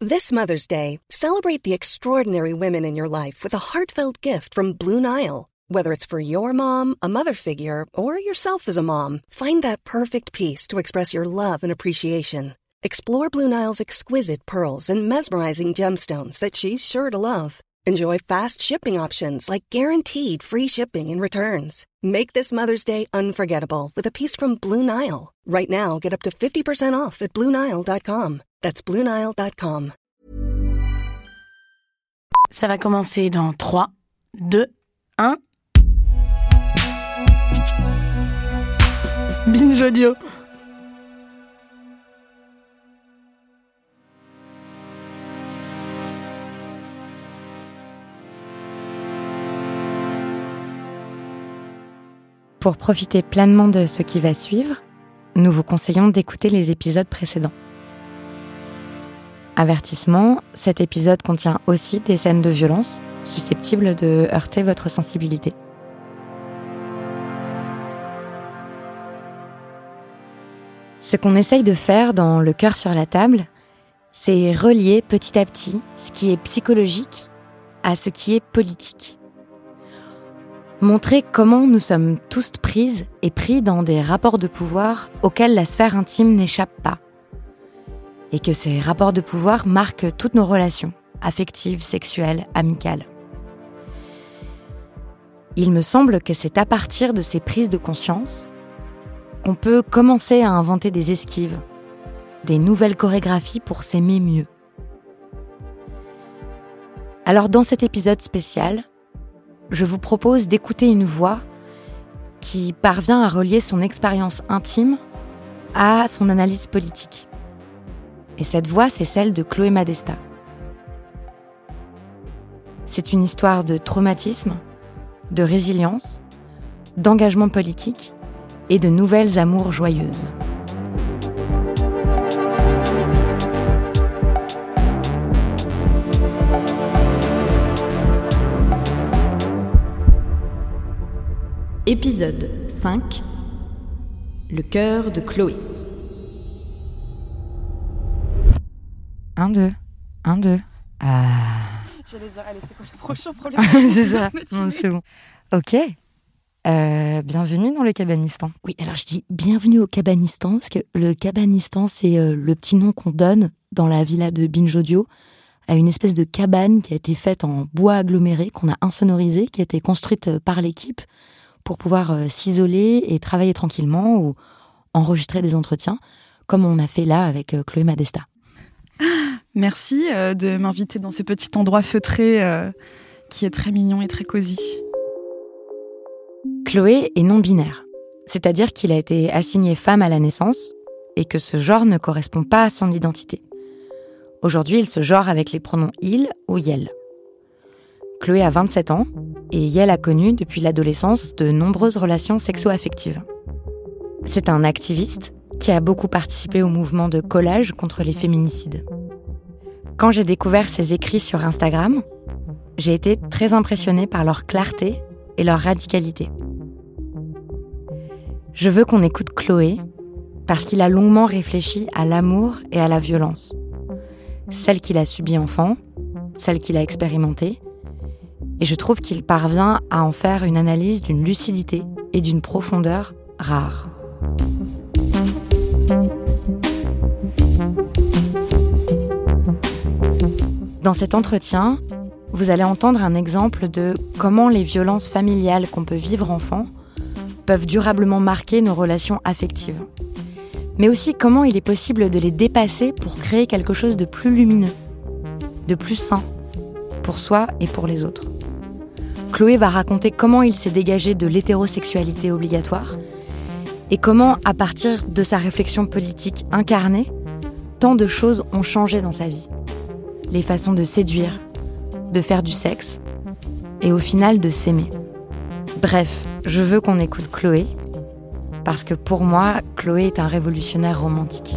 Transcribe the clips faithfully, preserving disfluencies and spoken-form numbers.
This Mother's Day, celebrate the extraordinary women in your life with a heartfelt gift from Blue Nile. Whether it's for your mom, a mother figure, or yourself as a mom, find that perfect piece to express your love and appreciation. Explore Blue Nile's exquisite pearls and mesmerizing gemstones that she's sure to love. Enjoy fast shipping options like guaranteed free shipping and returns. Make this Mother's Day unforgettable with a piece from Blue Nile. Right now, get up to fifty percent off at blue nile dot com. That's blue nile dot com. Ça va commencer dans trois, deux, un. Binge audio. Pour profiter pleinement de ce qui va suivre, nous vous conseillons d'écouter les épisodes précédents. Avertissement, cet épisode contient aussi des scènes de violence susceptibles de heurter votre sensibilité. Ce qu'on essaye de faire dans Le cœur sur la table, c'est relier petit à petit ce qui est psychologique à ce qui est politique. Montrer comment nous sommes tous prises et pris dans des rapports de pouvoir auxquels la sphère intime n'échappe pas. Et que ces rapports de pouvoir marquent toutes nos relations, affectives, sexuelles, amicales. Il me semble que c'est à partir de ces prises de conscience qu'on peut commencer à inventer des esquives, des nouvelles chorégraphies pour s'aimer mieux. Alors dans cet épisode spécial, je vous propose d'écouter une voix qui parvient à relier son expérience intime à son analyse politique. Et cette voix, c'est celle de Chloé Madesta. C'est une histoire de traumatisme, de résilience, d'engagement politique et de nouvelles amours joyeuses. Épisode cinq. Le cœur de Chloé. Un, deux. Un, deux. Ah. J'allais dire, allez, c'est quoi le prochain problème? C'est ça. Non, c'est bon. Ok. Euh, bienvenue dans le Cabanistan. Oui, alors je dis bienvenue au Cabanistan, parce que le Cabanistan, c'est euh, le petit nom qu'on donne dans la villa de Binge Audio à une espèce de cabane qui a été faite en bois aggloméré, qu'on a insonorisé, qui a été construite par l'équipe pour pouvoir euh, s'isoler et travailler tranquillement ou enregistrer des entretiens, comme on a fait là avec euh, Chloé Madesta. Merci euh, de m'inviter dans ce petit endroit feutré euh, qui est très mignon et très cosy. Chloé est non-binaire, c'est-à-dire qu'il a été assigné femme à la naissance et que ce genre ne correspond pas à son identité. Aujourd'hui, il se genre avec les pronoms « il » ou « yel ». Chloé a vingt-sept ans et Yel a connu depuis l'adolescence de nombreuses relations sexo-affectives. C'est un activiste qui a beaucoup participé au mouvement de collage contre les féminicides. Quand j'ai découvert ses écrits sur Instagram, j'ai été très impressionnée par leur clarté et leur radicalité. Je veux qu'on écoute Chloé parce qu'il a longuement réfléchi à l'amour et à la violence. Celle qu'il a subie enfant, celle qu'il a expérimentée, et je trouve qu'il parvient à en faire une analyse d'une lucidité et d'une profondeur rares. Dans cet entretien, vous allez entendre un exemple de comment les violences familiales qu'on peut vivre enfant peuvent durablement marquer nos relations affectives. Mais aussi comment il est possible de les dépasser pour créer quelque chose de plus lumineux, de plus sain, pour soi et pour les autres. Chloé va raconter comment il s'est dégagé de l'hétérosexualité obligatoire et comment, à partir de sa réflexion politique incarnée, tant de choses ont changé dans sa vie. Les façons de séduire, de faire du sexe et au final de s'aimer. Bref, je veux qu'on écoute Chloé parce que pour moi, Chloé est un révolutionnaire romantique.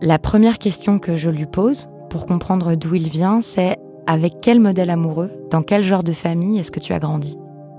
La première question que je lui pose, pour comprendre d'où il vient, c'est avec quel modèle amoureux, dans quel genre de famille est-ce que tu as grandi ?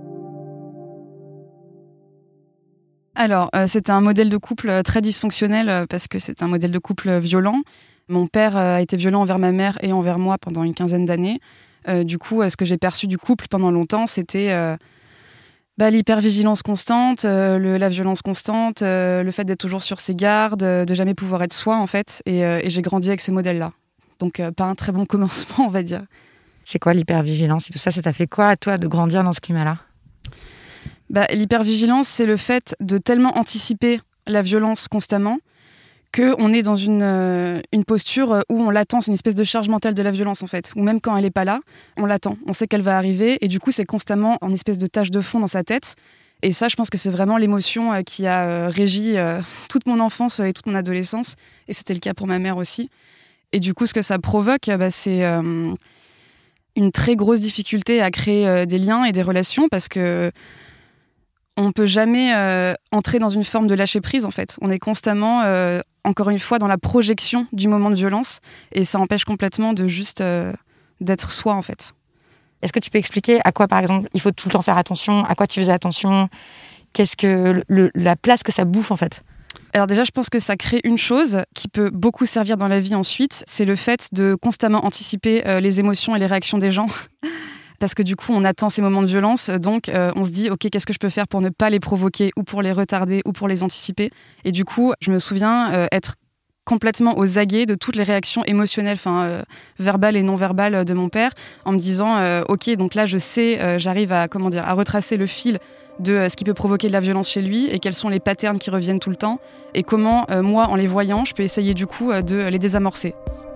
Alors, euh, c'était un modèle de couple très dysfonctionnel euh, parce que c'est un modèle de couple violent. Mon père euh, a été violent envers ma mère et envers moi pendant une quinzaine d'années. Euh, du coup, euh, ce que j'ai perçu du couple pendant longtemps, c'était euh, bah, l'hypervigilance constante, euh, le, la violence constante, euh, le fait d'être toujours sur ses gardes, euh, de jamais pouvoir être soi, en fait. Et, euh, et j'ai grandi avec ce modèle-là. Donc, euh, pas un très bon commencement, on va dire. C'est quoi l'hypervigilance et tout ça ? Ça t'a fait quoi, à toi, de grandir dans ce climat-là ? Bah, l'hypervigilance, c'est le fait de tellement anticiper la violence constamment qu'on est dans une, euh, une posture où on l'attend. C'est une espèce de charge mentale de la violence, en fait. Ou même quand elle n'est pas là, on l'attend. On sait qu'elle va arriver. Et du coup, c'est constamment en espèce de tâche de fond dans sa tête. Et ça, je pense que c'est vraiment l'émotion euh, qui a euh, régi euh, toute mon enfance et toute mon adolescence. Et c'était le cas pour ma mère aussi. Et du coup, ce que ça provoque, bah, c'est euh, une très grosse difficulté à créer euh, des liens et des relations parce que on ne peut jamais euh, entrer dans une forme de lâcher-prise, en fait. On est constamment, euh, encore une fois, dans la projection du moment de violence et ça empêche complètement de juste euh, d'être soi, en fait. Est-ce que tu peux expliquer à quoi, par exemple, il faut tout le temps faire attention ? À quoi tu faisais attention ? Qu'est-ce que le, la place que ça bouffe, en fait ? Alors déjà, je pense que ça crée une chose qui peut beaucoup servir dans la vie ensuite, c'est le fait de constamment anticiper euh, les émotions et les réactions des gens. Parce que du coup, on attend ces moments de violence, donc euh, on se dit, ok, qu'est-ce que je peux faire pour ne pas les provoquer, ou pour les retarder, ou pour les anticiper. Et du coup, je me souviens euh, être complètement aux aguets de toutes les réactions émotionnelles, enfin euh, verbales et non verbales de mon père, en me disant, euh, ok, donc là, je sais, euh, j'arrive à comment dire, à retracer le fil de euh, ce qui peut provoquer de la violence chez lui, et quels sont les patterns qui reviennent tout le temps, et comment euh, moi, en les voyant, je peux essayer du coup euh, de les désamorcer.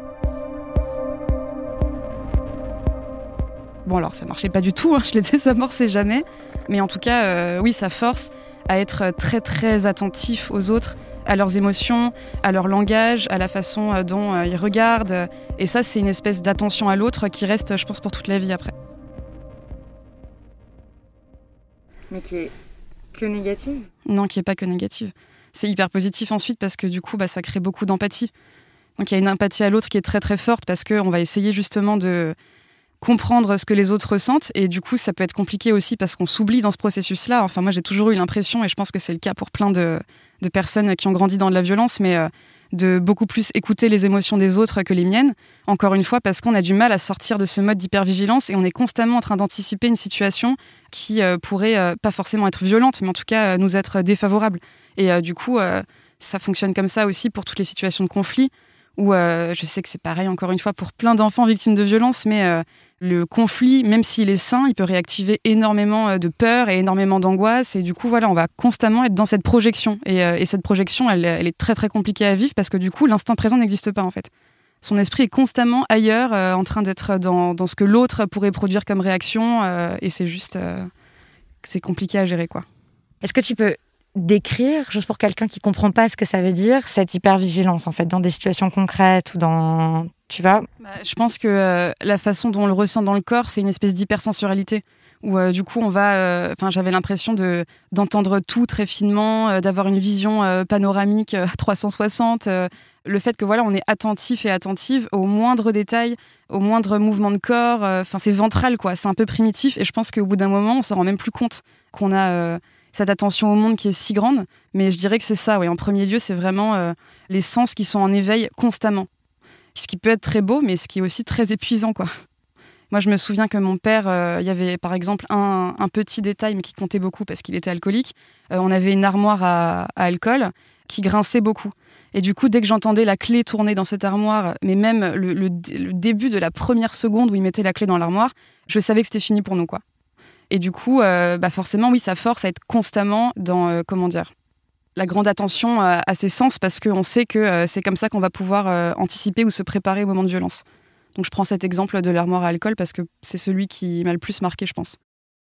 Bon alors ça marchait pas du tout, hein, je les désamorçais jamais, mais en tout cas euh, oui ça force à être très très attentif aux autres, à leurs émotions, à leur langage, à la façon dont euh, ils regardent, et ça c'est une espèce d'attention à l'autre qui reste je pense pour toute la vie après. Mais qui est que négative ? Non, qui est pas que négative. C'est hyper positif ensuite parce que du coup bah, ça crée beaucoup d'empathie. Donc il y a une empathie à l'autre qui est très très forte parce qu'on va essayer justement de comprendre ce que les autres ressentent et du coup ça peut être compliqué aussi parce qu'on s'oublie dans ce processus-là. Enfin moi j'ai toujours eu l'impression et je pense que c'est le cas pour plein de, de personnes qui ont grandi dans de la violence mais euh, de beaucoup plus écouter les émotions des autres que les miennes. Encore une fois parce qu'on a du mal à sortir de ce mode d'hypervigilance et on est constamment en train d'anticiper une situation qui euh, pourrait euh, pas forcément être violente mais en tout cas euh, nous être défavorable. Et euh, du coup euh, ça fonctionne comme ça aussi pour toutes les situations de conflit où euh, je sais que c'est pareil encore une fois pour plein d'enfants victimes de violences, mais euh, le conflit, même s'il est sain, il peut réactiver énormément de peur et énormément d'angoisse. Et du coup, voilà, on va constamment être dans cette projection. Et, euh, et cette projection, elle, elle est très très compliquée à vivre parce que du coup, l'instant présent n'existe pas en fait. Son esprit est constamment ailleurs, euh, en train d'être dans, dans ce que l'autre pourrait produire comme réaction. Euh, et c'est juste, euh, c'est compliqué à gérer, quoi. Est-ce que tu peux décrire, juste pour quelqu'un qui comprend pas ce que ça veut dire, cette hypervigilance en fait, dans des situations concrètes ou dans, tu vois ? Bah, je pense que euh, la façon dont on le ressent dans le corps, c'est une espèce d'hypersensorialité où euh, du coup on va, enfin euh, j'avais l'impression de d'entendre tout très finement, euh, d'avoir une vision euh, panoramique euh, trois cent soixante. Euh, le fait que voilà on est attentif et attentive aux moindres détails, aux moindres mouvements de corps. Enfin euh, c'est ventral quoi, c'est un peu primitif et je pense qu'au bout d'un moment on se rend même plus compte qu'on a euh, cette attention au monde qui est si grande, mais je dirais que c'est ça, oui. En premier lieu, c'est vraiment euh, les sens qui sont en éveil constamment. Ce qui peut être très beau, mais ce qui est aussi très épuisant, quoi. Moi, je me souviens que mon père, il euh, y avait par exemple un, un petit détail, mais qui comptait beaucoup parce qu'il était alcoolique. Euh, on avait une armoire à, à alcool qui grinçait beaucoup. Et du coup, dès que j'entendais la clé tourner dans cette armoire, mais même le, le, le début de la première seconde où il mettait la clé dans l'armoire, je savais que c'était fini pour nous, quoi. Et du coup, euh, bah forcément, oui, ça force à être constamment dans, euh, comment dire, la grande attention euh, à ses sens parce qu'on sait que euh, c'est comme ça qu'on va pouvoir euh, anticiper ou se préparer au moment de violence. Donc je prends cet exemple de l'armoire à alcool parce que c'est celui qui m'a le plus marqué, je pense.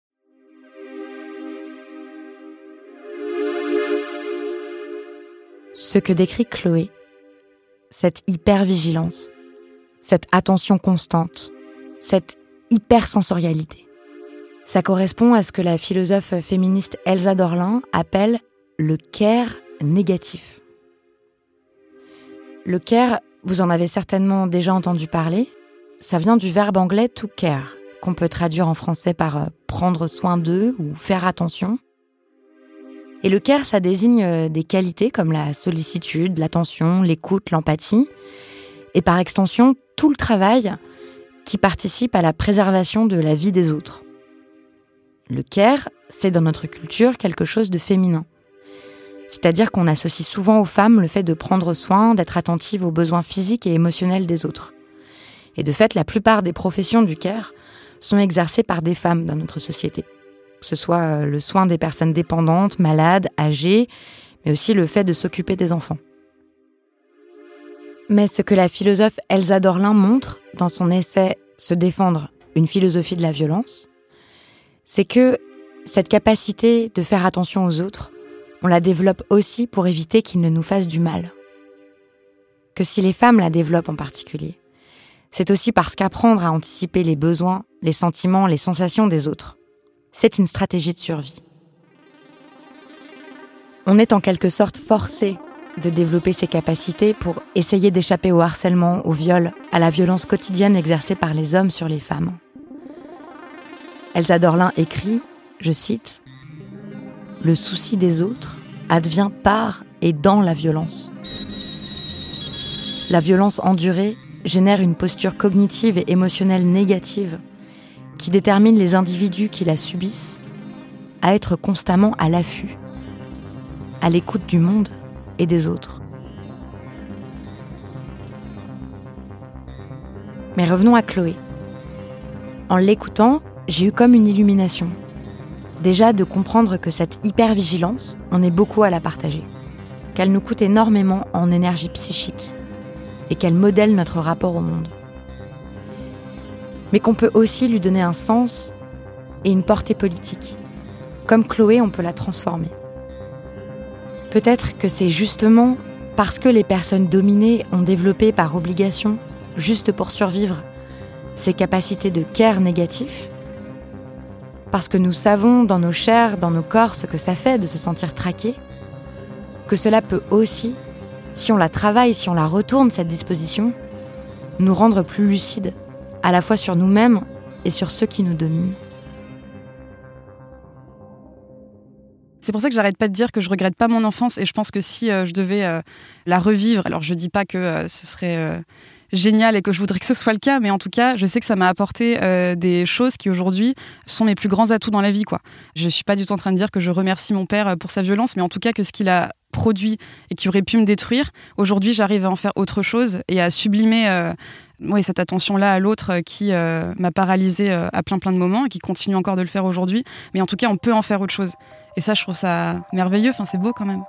Ce que décrit Chloé, cette hypervigilance, cette attention constante, cette hypersensorialité, ça correspond à ce que la philosophe féministe Elsa Dorlin appelle le care négatif. Le care, vous en avez certainement déjà entendu parler. Ça vient du verbe anglais to care, qu'on peut traduire en français par prendre soin d'eux ou faire attention. Et le care, ça désigne des qualités comme la sollicitude, l'attention, l'écoute, l'empathie, et par extension, tout le travail qui participe à la préservation de la vie des autres. Le care, c'est dans notre culture quelque chose de féminin. C'est-à-dire qu'on associe souvent aux femmes le fait de prendre soin, d'être attentive aux besoins physiques et émotionnels des autres. Et de fait, la plupart des professions du care sont exercées par des femmes dans notre société. Que ce soit le soin des personnes dépendantes, malades, âgées, mais aussi le fait de s'occuper des enfants. Mais ce que la philosophe Elsa Dorlin montre dans son essai « Se défendre, une philosophie de la violence », c'est que cette capacité de faire attention aux autres, on la développe aussi pour éviter qu'ils ne nous fassent du mal. Que si les femmes la développent en particulier, c'est aussi parce qu'apprendre à anticiper les besoins, les sentiments, les sensations des autres, c'est une stratégie de survie. On est en quelque sorte forcé de développer ces capacités pour essayer d'échapper au harcèlement, au viol, à la violence quotidienne exercée par les hommes sur les femmes. Elsa Dorlin écrit, je cite, « Le souci des autres advient par et dans la violence. La violence endurée génère une posture cognitive et émotionnelle négative qui détermine les individus qui la subissent à être constamment à l'affût, à l'écoute du monde et des autres. » Mais revenons à Chloé. En l'écoutant, j'ai eu comme une illumination. Déjà de comprendre que cette hypervigilance, on est beaucoup à la partager, qu'elle nous coûte énormément en énergie psychique et qu'elle modèle notre rapport au monde. Mais qu'on peut aussi lui donner un sens et une portée politique. Comme Chloé, on peut la transformer. Peut-être que c'est justement parce que les personnes dominées ont développé par obligation, juste pour survivre, ces capacités de care négatif, parce que nous savons dans nos chairs, dans nos corps, ce que ça fait de se sentir traqué, que cela peut aussi, si on la travaille, si on la retourne, cette disposition, nous rendre plus lucides, à la fois sur nous-mêmes et sur ceux qui nous dominent. C'est pour ça que j'arrête pas de dire que je regrette pas mon enfance, et je pense que si euh, je devais euh, la revivre, alors je dis pas que euh, ce serait euh, génial et que je voudrais que ce soit le cas, mais en tout cas, je sais que ça m'a apporté euh, des choses qui aujourd'hui sont mes plus grands atouts dans la vie, quoi. Je suis pas du tout en train de dire que je remercie mon père pour sa violence, mais en tout cas que ce qu'il a produit et qui aurait pu me détruire, aujourd'hui j'arrive à en faire autre chose et à sublimer euh, ouais, cette attention-là à l'autre qui euh, m'a paralysée euh, à plein plein de moments et qui continue encore de le faire aujourd'hui, mais en tout cas on peut en faire autre chose. Et ça, je trouve ça merveilleux, enfin c'est beau quand même.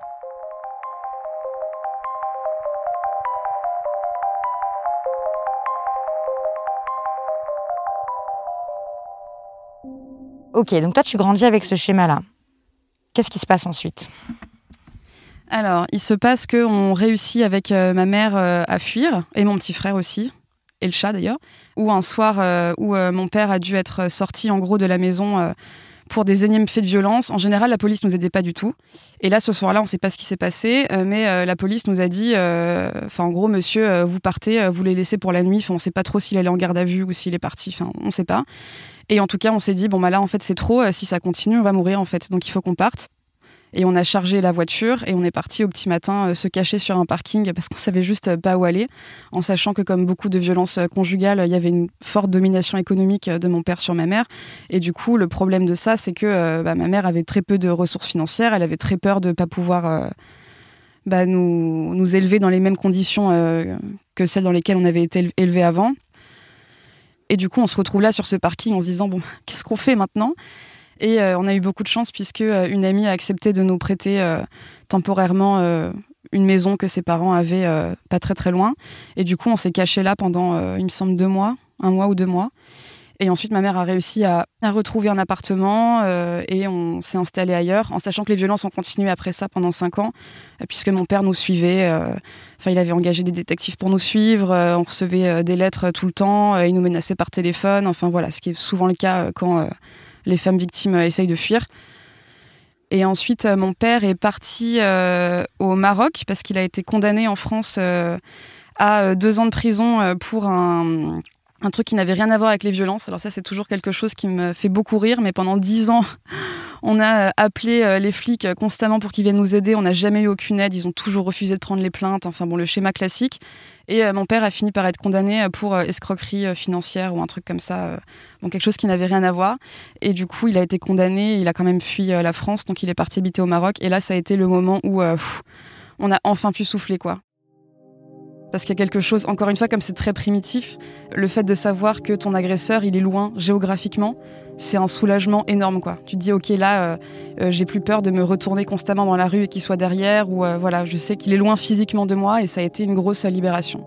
Ok, donc toi tu grandis avec ce schéma-là. Qu'est-ce qui se passe ensuite ? Alors, il se passe qu'on réussit avec euh, ma mère euh, à fuir, et mon petit frère aussi, et le chat d'ailleurs, où un soir euh, où euh, mon père a dû être sorti en gros de la maison euh, pour des énièmes faits de violence. En général, la police nous aidait pas du tout. Et là, ce soir-là, on sait pas ce qui s'est passé, euh, mais euh, la police nous a dit, enfin euh, en gros, monsieur, euh, vous partez, euh, vous les laissez pour la nuit. Enfin, on sait pas trop s'il allait en garde à vue ou s'il est parti. Enfin, on sait pas. Et en tout cas, on s'est dit, bon bah là, en fait, c'est trop. Euh, si ça continue, on va mourir en fait. Donc il faut qu'on parte. Et on a chargé la voiture et on est parti au petit matin euh, se cacher sur un parking parce qu'on savait juste pas où aller, en sachant que comme beaucoup de violences conjugales, il y avait une forte domination économique de mon père sur ma mère. Et du coup, le problème de ça, c'est que euh, bah, ma mère avait très peu de ressources financières, elle avait très peur de pas pouvoir euh, bah, nous, nous élever dans les mêmes conditions euh, que celles dans lesquelles on avait été élevés avant. Et du coup, on se retrouve là sur ce parking en se disant, bon, qu'est-ce qu'on fait maintenant ? Et euh, on a eu beaucoup de chance puisque euh, une amie a accepté de nous prêter euh, temporairement euh, une maison que ses parents avaient euh, pas très très loin. Et du coup, on s'est caché là pendant, euh, il me semble, deux mois, un mois ou deux mois. Et ensuite, ma mère a réussi à, à retrouver un appartement euh, et on s'est installé ailleurs, en sachant que les violences ont continué après ça pendant cinq ans, euh, puisque mon père nous suivait. Euh, enfin, il avait engagé des détectives pour nous suivre. Euh, on recevait euh, des lettres tout le temps. Euh, il nous menaçait par téléphone. Enfin voilà, ce qui est souvent le cas euh, quand euh, les femmes victimes essayent de fuir. Et ensuite, euh, mon père est parti euh, au Maroc parce qu'il a été condamné en France euh, à euh, deux ans de prison euh, pour un, un truc qui n'avait rien à voir avec les violences. Alors ça, c'est toujours quelque chose qui me fait beaucoup rire, mais pendant dix ans, on a euh, appelé euh, les flics euh, constamment pour qu'ils viennent nous aider. On n'a jamais eu aucune aide. Ils ont toujours refusé de prendre les plaintes. Enfin bon, le schéma classique. Et euh, mon père a fini par être condamné pour euh, escroquerie euh, financière ou un truc comme ça. Euh, bon, quelque chose qui n'avait rien à voir. Et du coup, il a été condamné. Il a quand même fui euh, la France. Donc, il est parti habiter au Maroc. Et là, ça a été le moment où euh, pff, on a enfin pu souffler, quoi. Parce qu'il y a quelque chose, encore une fois, comme c'est très primitif, le fait de savoir que ton agresseur, il est loin géographiquement, c'est un soulagement énorme, quoi. Tu te dis, ok, là, euh, euh, j'ai plus peur de me retourner constamment dans la rue et qu'il soit derrière, ou euh, voilà, je sais qu'il est loin physiquement de moi, et ça a été une grosse libération.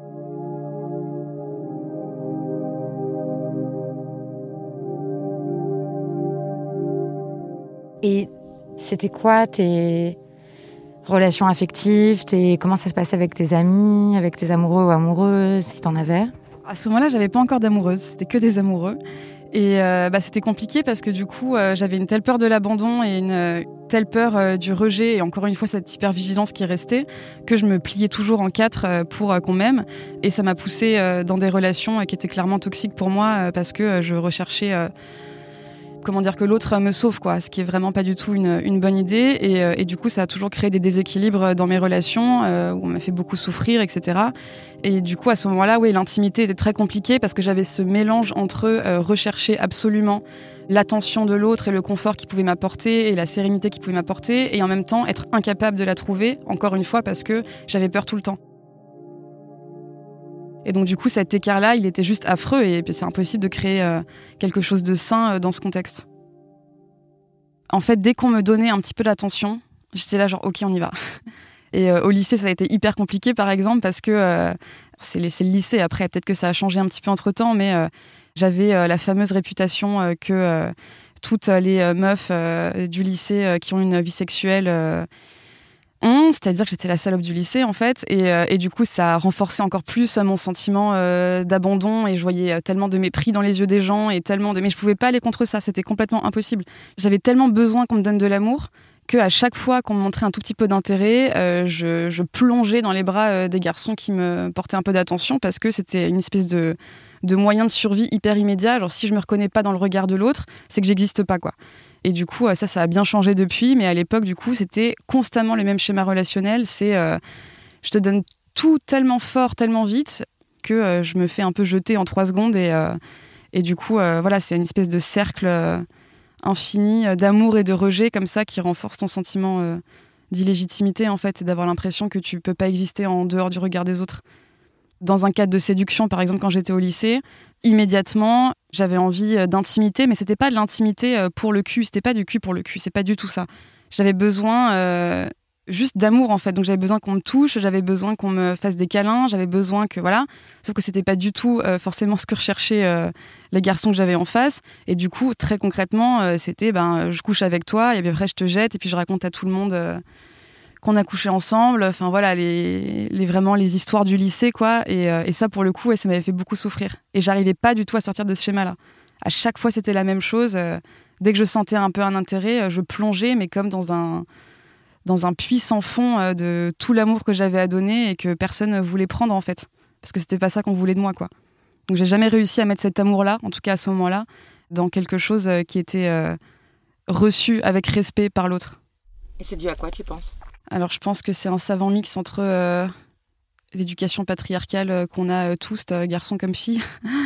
Et c'était quoi tes relations affectives, tes... comment ça se passait avec tes amis, avec tes amoureux ou amoureuses, si t'en avais? À ce moment-là, j'avais pas encore d'amoureuses, c'était que des amoureux. Et euh, bah, c'était compliqué parce que du coup, euh, j'avais une telle peur de l'abandon et une euh, telle peur euh, du rejet, et encore une fois cette hypervigilance qui restait, que je me pliais toujours en quatre euh, pour euh, qu'on m'aime. Et ça m'a poussée euh, dans des relations euh, qui étaient clairement toxiques pour moi euh, parce que euh, je recherchais... Euh, comment dire, que l'autre me sauve, quoi, ce qui est vraiment pas du tout une, une bonne idée. Et, euh, et du coup, ça a toujours créé des déséquilibres dans mes relations, euh, où on m'a fait beaucoup souffrir, et cetera. Et du coup, à ce moment-là, oui, l'intimité était très compliquée parce que j'avais ce mélange entre euh, rechercher absolument l'attention de l'autre et le confort qu'il pouvait m'apporter et la sérénité qu'il pouvait m'apporter, et en même temps être incapable de la trouver, encore une fois, parce que j'avais peur tout le temps. Et donc du coup, cet écart-là, il était juste affreux, et c'est impossible de créer euh, quelque chose de sain euh, dans ce contexte. En fait, dès qu'on me donnait un petit peu d'attention, j'étais là genre ok, on y va. Et euh, au lycée, ça a été hyper compliqué, par exemple, parce que euh, c'est, les, c'est le lycée. Après, peut-être que ça a changé un petit peu entre-temps, mais euh, j'avais euh, la fameuse réputation euh, que euh, toutes les euh, meufs euh, du lycée euh, qui ont une vie sexuelle... Euh, Mmh, c'est-à-dire que j'étais la salope du lycée, en fait, et, euh, et du coup ça a renforcé encore plus mon sentiment euh, d'abandon, et je voyais tellement de mépris dans les yeux des gens, et tellement de... mais je pouvais pas aller contre ça, c'était complètement impossible. J'avais tellement besoin qu'on me donne de l'amour qu'à chaque fois qu'on me montrait un tout petit peu d'intérêt, euh, je, je plongeais dans les bras euh, des garçons qui me portaient un peu d'attention, parce que c'était une espèce de, de moyen de survie hyper immédiat. Genre si je me reconnais pas dans le regard de l'autre, c'est que j'existe pas, quoi. Et du coup, ça, ça a bien changé depuis. Mais à l'époque, du coup, c'était constamment le même schéma relationnel. C'est euh, je te donne tout tellement fort, tellement vite, que euh, je me fais un peu jeter en trois secondes. Et, euh, et du coup, euh, voilà, c'est une espèce de cercle euh, infini euh, d'amour et de rejet, comme ça, qui renforce ton sentiment euh, d'illégitimité, en fait, et d'avoir l'impression que tu peux pas exister en dehors du regard des autres. Dans un cadre de séduction, par exemple, quand j'étais au lycée, immédiatement, j'avais envie d'intimité, mais c'était pas de l'intimité pour le cul, c'était pas du cul pour le cul, c'est pas du tout ça. J'avais besoin euh, juste d'amour, en fait. Donc j'avais besoin qu'on me touche, j'avais besoin qu'on me fasse des câlins, j'avais besoin que, voilà. Sauf que c'était pas du tout euh, forcément ce que recherchaient euh, les garçons que j'avais en face. Et du coup, très concrètement, euh, c'était, ben, je couche avec toi, et puis après je te jette, et puis je raconte à tout le monde... Euh, qu'on a couché ensemble, enfin voilà, les, les, vraiment les histoires du lycée, quoi. Et, euh, et ça, pour le coup, ouais, ça m'avait fait beaucoup souffrir. Et j'arrivais pas du tout à sortir de ce schéma-là. À chaque fois, c'était la même chose. Euh, dès que je sentais un peu un intérêt, euh, je plongeais, mais comme dans un, dans un puits sans fond euh, de tout l'amour que j'avais à donner et que personne ne voulait prendre, en fait. Parce que c'était pas ça qu'on voulait de moi, quoi. Donc j'ai jamais réussi à mettre cet amour-là, en tout cas à ce moment-là, dans quelque chose euh, qui était euh, reçu avec respect par l'autre. Et c'est dû à quoi, tu penses ? Alors, je pense que c'est un savant mix entre euh, l'éducation patriarcale euh, qu'on a euh, tous, euh, garçons comme filles,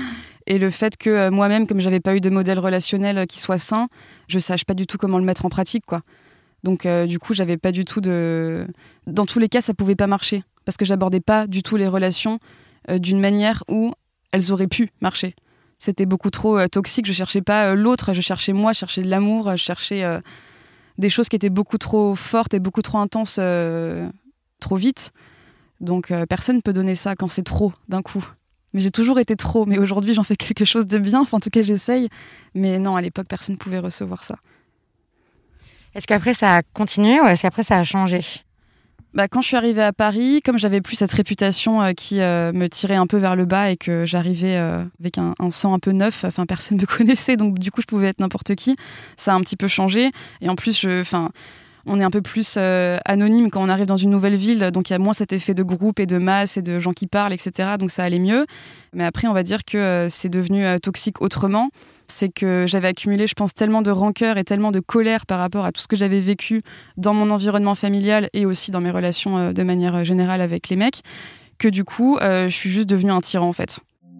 et le fait que euh, moi-même, comme j'avais pas eu de modèle relationnel euh, qui soit sain, je sache pas du tout comment le mettre en pratique, quoi. Donc, euh, du coup, j'avais pas du tout de... Dans tous les cas, ça pouvait pas marcher, parce que j'abordais pas du tout les relations euh, d'une manière où elles auraient pu marcher. C'était beaucoup trop euh, toxique, je cherchais pas euh, l'autre, je cherchais moi, je cherchais de l'amour, je cherchais... Euh, des choses qui étaient beaucoup trop fortes et beaucoup trop intenses euh, trop vite. Donc euh, personne ne peut donner ça quand c'est trop d'un coup. Mais j'ai toujours été trop, mais aujourd'hui j'en fais quelque chose de bien, enfin en tout cas j'essaye. Mais non, à l'époque personne ne pouvait recevoir ça. Est-ce qu'après ça a continué ou est-ce qu'après ça a changé ? Bah, quand je suis arrivée à Paris, comme j'avais plus cette réputation euh, qui euh, me tirait un peu vers le bas et que j'arrivais euh, avec un, un sang un peu neuf, enfin personne me connaissait, donc du coup je pouvais être n'importe qui. Ça a un petit peu changé. Et en plus, je, enfin, on est un peu plus euh, anonyme quand on arrive dans une nouvelle ville, donc il y a moins cet effet de groupe et de masse et de gens qui parlent, et cetera. Donc ça allait mieux. Mais après, on va dire que euh, c'est devenu euh, toxique autrement. C'est que j'avais accumulé, je pense, tellement de rancœur et tellement de colère par rapport à tout ce que j'avais vécu dans mon environnement familial et aussi dans mes relations euh, de manière générale avec les mecs, que du coup, euh, je suis juste devenue un tyran, en fait.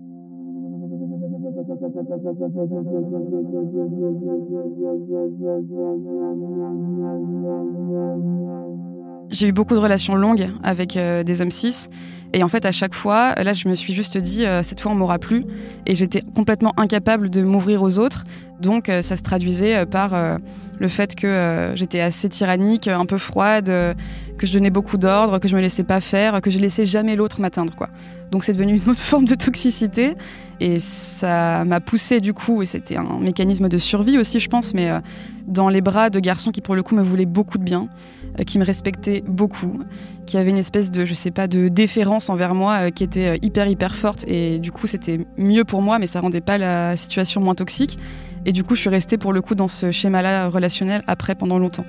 J'ai eu beaucoup de relations longues avec euh, des hommes cis. Et en fait, à chaque fois, là, je me suis juste dit, euh, cette fois, on m'aura plus. Et j'étais complètement incapable de m'ouvrir aux autres. Donc, euh, ça se traduisait euh, par euh, le fait que euh, j'étais assez tyrannique, un peu froide, euh, que je donnais beaucoup d'ordres, que je me laissais pas faire, que je laissais jamais l'autre m'atteindre, quoi. Donc, c'est devenu une autre forme de toxicité. Et ça m'a poussée, du coup, et c'était un mécanisme de survie aussi, je pense, mais euh, dans les bras de garçons qui, pour le coup, me voulaient beaucoup de bien, euh, qui me respectaient beaucoup, qui avaient une espèce de, je sais pas, de déférence envers moi euh, qui était euh, hyper, hyper forte. Et du coup, c'était mieux pour moi, mais ça rendait pas la situation moins toxique. Et du coup, je suis restée, pour le coup, dans ce schéma-là relationnel après, pendant longtemps.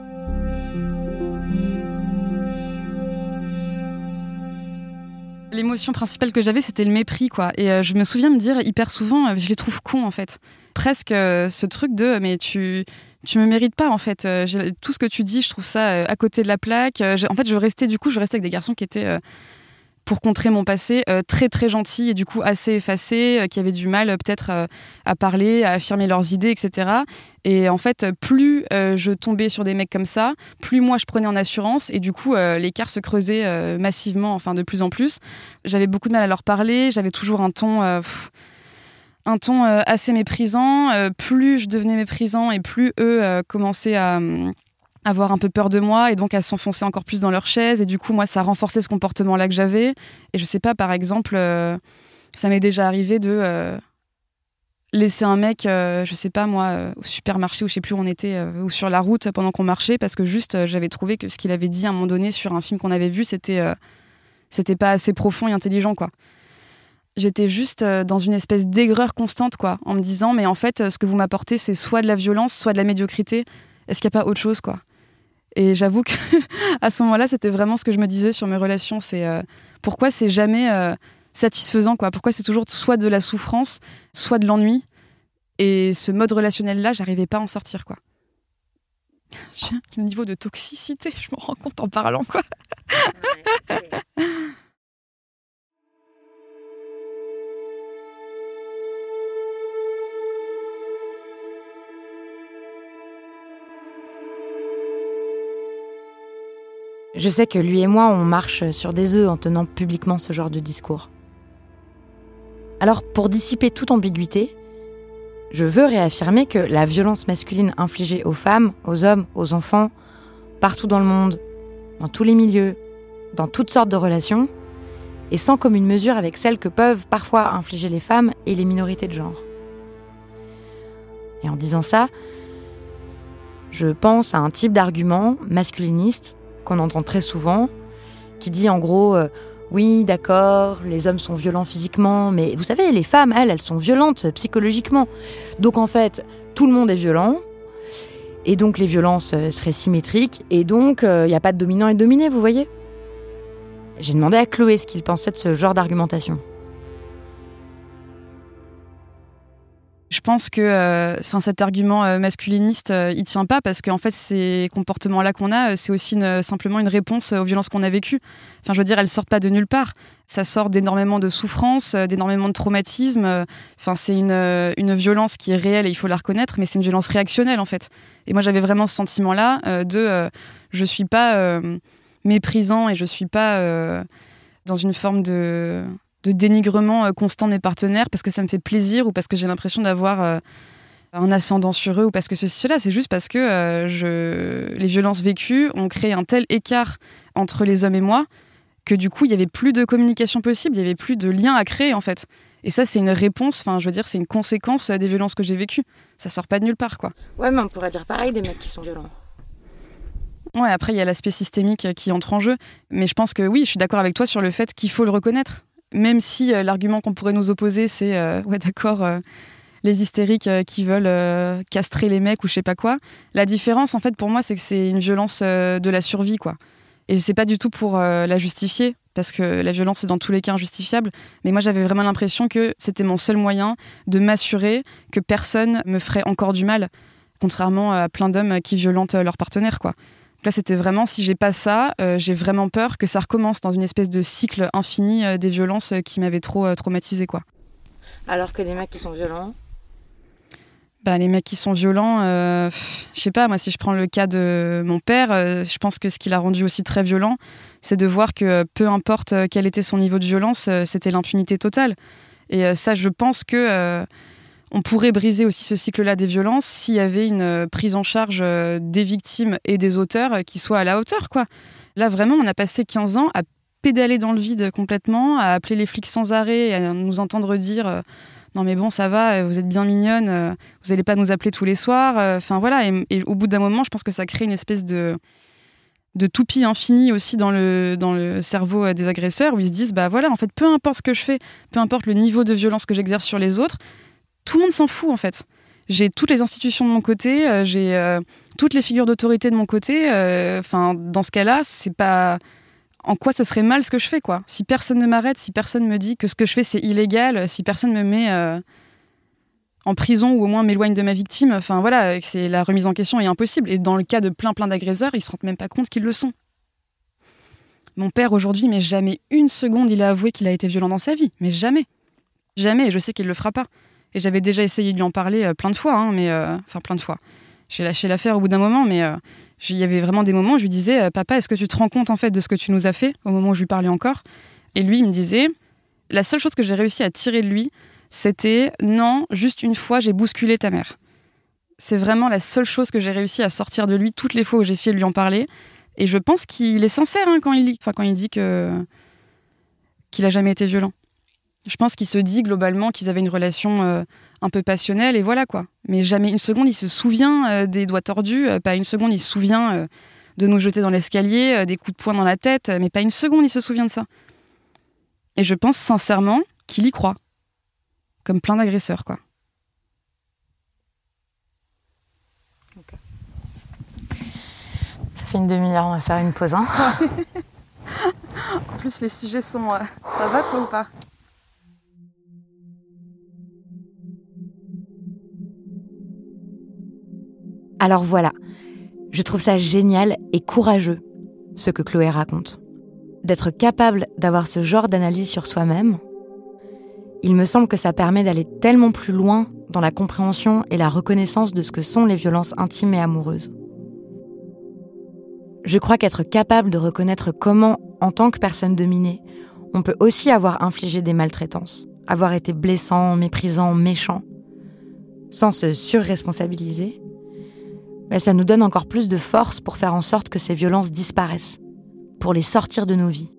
L'émotion principale que j'avais, c'était le mépris, quoi. Et euh, je me souviens me dire hyper souvent, euh, je les trouve cons, en fait. Presque euh, ce truc de, mais tu, tu me mérites pas, en fait. Euh, j'ai, tout ce que tu dis, je trouve ça euh, à côté de la plaque. Euh, en fait, je restais, du coup, je restais avec des garçons qui étaient, euh, pour contrer mon passé, euh, très, très gentils et du coup assez effacés, euh, qui avaient du mal, euh, peut-être, euh, à parler, à affirmer leurs idées, et cetera. Et en fait, plus euh, je tombais sur des mecs comme ça, plus moi je prenais en assurance et du coup euh, l'écart se creusait euh, massivement, enfin de plus en plus. J'avais beaucoup de mal à leur parler, j'avais toujours un ton, euh, pff, un ton euh, assez méprisant. Euh, plus je devenais méprisant et plus eux euh, commençaient à euh, avoir un peu peur de moi et donc à s'enfoncer encore plus dans leur chaise. Et du coup, moi, ça renforçait ce comportement-là que j'avais. Et je sais pas, par exemple, euh, ça m'est déjà arrivé de... Euh, laisser un mec, euh, je sais pas moi, euh, au supermarché ou je sais plus où on était, euh, ou sur la route pendant qu'on marchait, parce que juste euh, j'avais trouvé que ce qu'il avait dit à un moment donné sur un film qu'on avait vu, c'était, euh, c'était pas assez profond et intelligent, quoi. J'étais juste euh, dans une espèce d'aigreur constante, quoi, en me disant, mais en fait, ce que vous m'apportez, c'est soit de la violence, soit de la médiocrité. Est-ce qu'il n'y a pas autre chose, quoi ? Et j'avoue que à ce moment-là, c'était vraiment ce que je me disais sur mes relations, c'est euh, pourquoi c'est jamais... Euh, satisfaisant, quoi. Pourquoi c'est toujours soit de la souffrance, soit de l'ennui. Et ce mode relationnel-là, j'arrivais pas à en sortir, quoi. Le niveau de toxicité, je me rends compte en parlant, quoi. Je sais que lui et moi, on marche sur des œufs en tenant publiquement ce genre de discours. Alors, pour dissiper toute ambiguïté, je veux réaffirmer que la violence masculine infligée aux femmes, aux hommes, aux enfants, partout dans le monde, dans tous les milieux, dans toutes sortes de relations, est sans commune mesure avec celle que peuvent parfois infliger les femmes et les minorités de genre. Et en disant ça, je pense à un type d'argument masculiniste qu'on entend très souvent, qui dit en gros... Euh, oui, d'accord, les hommes sont violents physiquement, mais vous savez, les femmes, elles, elles sont violentes psychologiquement. Donc en fait, tout le monde est violent, et donc les violences seraient symétriques, et donc il euh, n'y a pas de dominant et de dominé, vous voyez ? J'ai demandé à Chloé ce qu'il pensait de ce genre d'argumentation. Je pense que euh, cet argument euh, masculiniste, euh, il tient pas parce qu'en fait, ces comportements-là qu'on a, c'est aussi une, simplement une réponse aux violences qu'on a vécues. Enfin, je veux dire, elles sortent pas de nulle part. Ça sort d'énormément de souffrances, d'énormément de traumatismes. Enfin, c'est une, une violence qui est réelle et il faut la reconnaître, mais c'est une violence réactionnelle, en fait. Et moi, j'avais vraiment ce sentiment-là euh, de euh, je suis pas euh, méprisant et je suis pas euh, dans une forme de... de dénigrement constant de mes partenaires parce que ça me fait plaisir ou parce que j'ai l'impression d'avoir euh, un ascendant sur eux ou parce que ceci, cela. C'est juste parce que euh, je... les violences vécues ont créé un tel écart entre les hommes et moi que du coup, il n'y avait plus de communication possible, il n'y avait plus de lien à créer, en fait. Et ça, c'est une réponse, enfin, je veux dire, c'est une conséquence des violences que j'ai vécues. Ça sort pas de nulle part, quoi. Ouais, mais on pourrait dire pareil des mecs qui sont violents. Ouais, après, il y a l'aspect systémique qui entre en jeu. Mais je pense que oui, je suis d'accord avec toi sur le fait qu'il faut le reconnaître. Même si euh, l'argument qu'on pourrait nous opposer, c'est euh, ouais, d'accord, euh, les hystériques euh, qui veulent euh, castrer les mecs ou je sais pas quoi. La différence, en fait, pour moi, c'est que c'est une violence euh, de la survie, quoi. Et c'est pas du tout pour euh, la justifier, parce que la violence est dans tous les cas injustifiable. Mais moi, j'avais vraiment l'impression que c'était mon seul moyen de m'assurer que personne me ferait encore du mal, contrairement à plein d'hommes qui violentent leur partenaire, quoi. Là, c'était vraiment, si j'ai pas ça, euh, j'ai vraiment peur que ça recommence dans une espèce de cycle infini euh, des violences qui m'avaient trop euh, traumatisée, quoi. Alors que les mecs qui sont violents Bah, les mecs qui sont violents, euh, je sais pas, moi, si je prends le cas de mon père, euh, je pense que ce qui l'a rendu aussi très violent, c'est de voir que euh, peu importe euh, quel était son niveau de violence, euh, c'était l'impunité totale. Et euh, ça, je pense que... Euh, on pourrait briser aussi ce cycle-là des violences s'il y avait une prise en charge des victimes et des auteurs qui soit à la hauteur, quoi. Là, vraiment, on a passé quinze ans à pédaler dans le vide complètement, à appeler les flics sans arrêt, et à nous entendre dire euh, « Non mais bon, ça va, vous êtes bien mignonne, euh, vous n'allez pas nous appeler tous les soirs. Euh, » Enfin voilà, et, et au bout d'un moment, je pense que ça crée une espèce de, de toupie infinie aussi dans le, dans le cerveau des agresseurs, où ils se disent « Bah voilà, en fait, peu importe ce que je fais, peu importe le niveau de violence que j'exerce sur les autres, tout le monde s'en fout, en fait. J'ai toutes les institutions de mon côté, euh, j'ai euh, toutes les figures d'autorité de mon côté. Enfin, euh, dans ce cas-là, c'est pas... En quoi ça serait mal ce que je fais, quoi. Si personne ne m'arrête, si personne me dit que ce que je fais, c'est illégal, si personne me met euh, en prison ou au moins m'éloigne de ma victime, enfin voilà, c'est, la remise en question est impossible. Et dans le cas de plein plein d'agresseurs, ils se rendent même pas compte qu'ils le sont. Mon père, aujourd'hui, mais jamais une seconde, il a avoué qu'il a été violent dans sa vie. Mais jamais. Jamais, et je sais qu'il le fera pas. Et j'avais déjà essayé de lui en parler euh, plein de fois, hein, mais euh, enfin plein de fois. J'ai lâché l'affaire au bout d'un moment, mais euh, il y avait vraiment des moments où je lui disais euh, « Papa, est-ce que tu te rends compte en fait de ce que tu nous as fait ?» au moment où je lui parlais encore. Et lui, il me disait « La seule chose que j'ai réussi à tirer de lui, c'était « Non, juste une fois, j'ai bousculé ta mère. » C'est vraiment la seule chose que j'ai réussi à sortir de lui toutes les fois où j'ai essayé de lui en parler. Et je pense qu'il est sincère hein, quand, il, enfin, quand il dit que, qu'il a jamais été violent. Je pense qu'il se dit globalement qu'ils avaient une relation euh, un peu passionnelle et voilà quoi. Mais jamais une seconde il se souvient euh, des doigts tordus, euh, pas une seconde il se souvient euh, de nous jeter dans l'escalier, euh, des coups de poing dans la tête, euh, mais pas une seconde il se souvient de ça. Et je pense sincèrement qu'il y croit, comme plein d'agresseurs quoi. Okay. Ça fait une demi-heure, on va faire une pause. Hein. En plus les sujets sont... Euh... Ça va toi ou pas ? Alors voilà, je trouve ça génial et courageux, ce que Chloé raconte. D'être capable d'avoir ce genre d'analyse sur soi-même, il me semble que ça permet d'aller tellement plus loin dans la compréhension et la reconnaissance de ce que sont les violences intimes et amoureuses. Je crois qu'être capable de reconnaître comment, en tant que personne dominée, on peut aussi avoir infligé des maltraitances, avoir été blessant, méprisant, méchant, sans se surresponsabiliser, ben ça nous donne encore plus de force pour faire en sorte que ces violences disparaissent, pour les sortir de nos vies.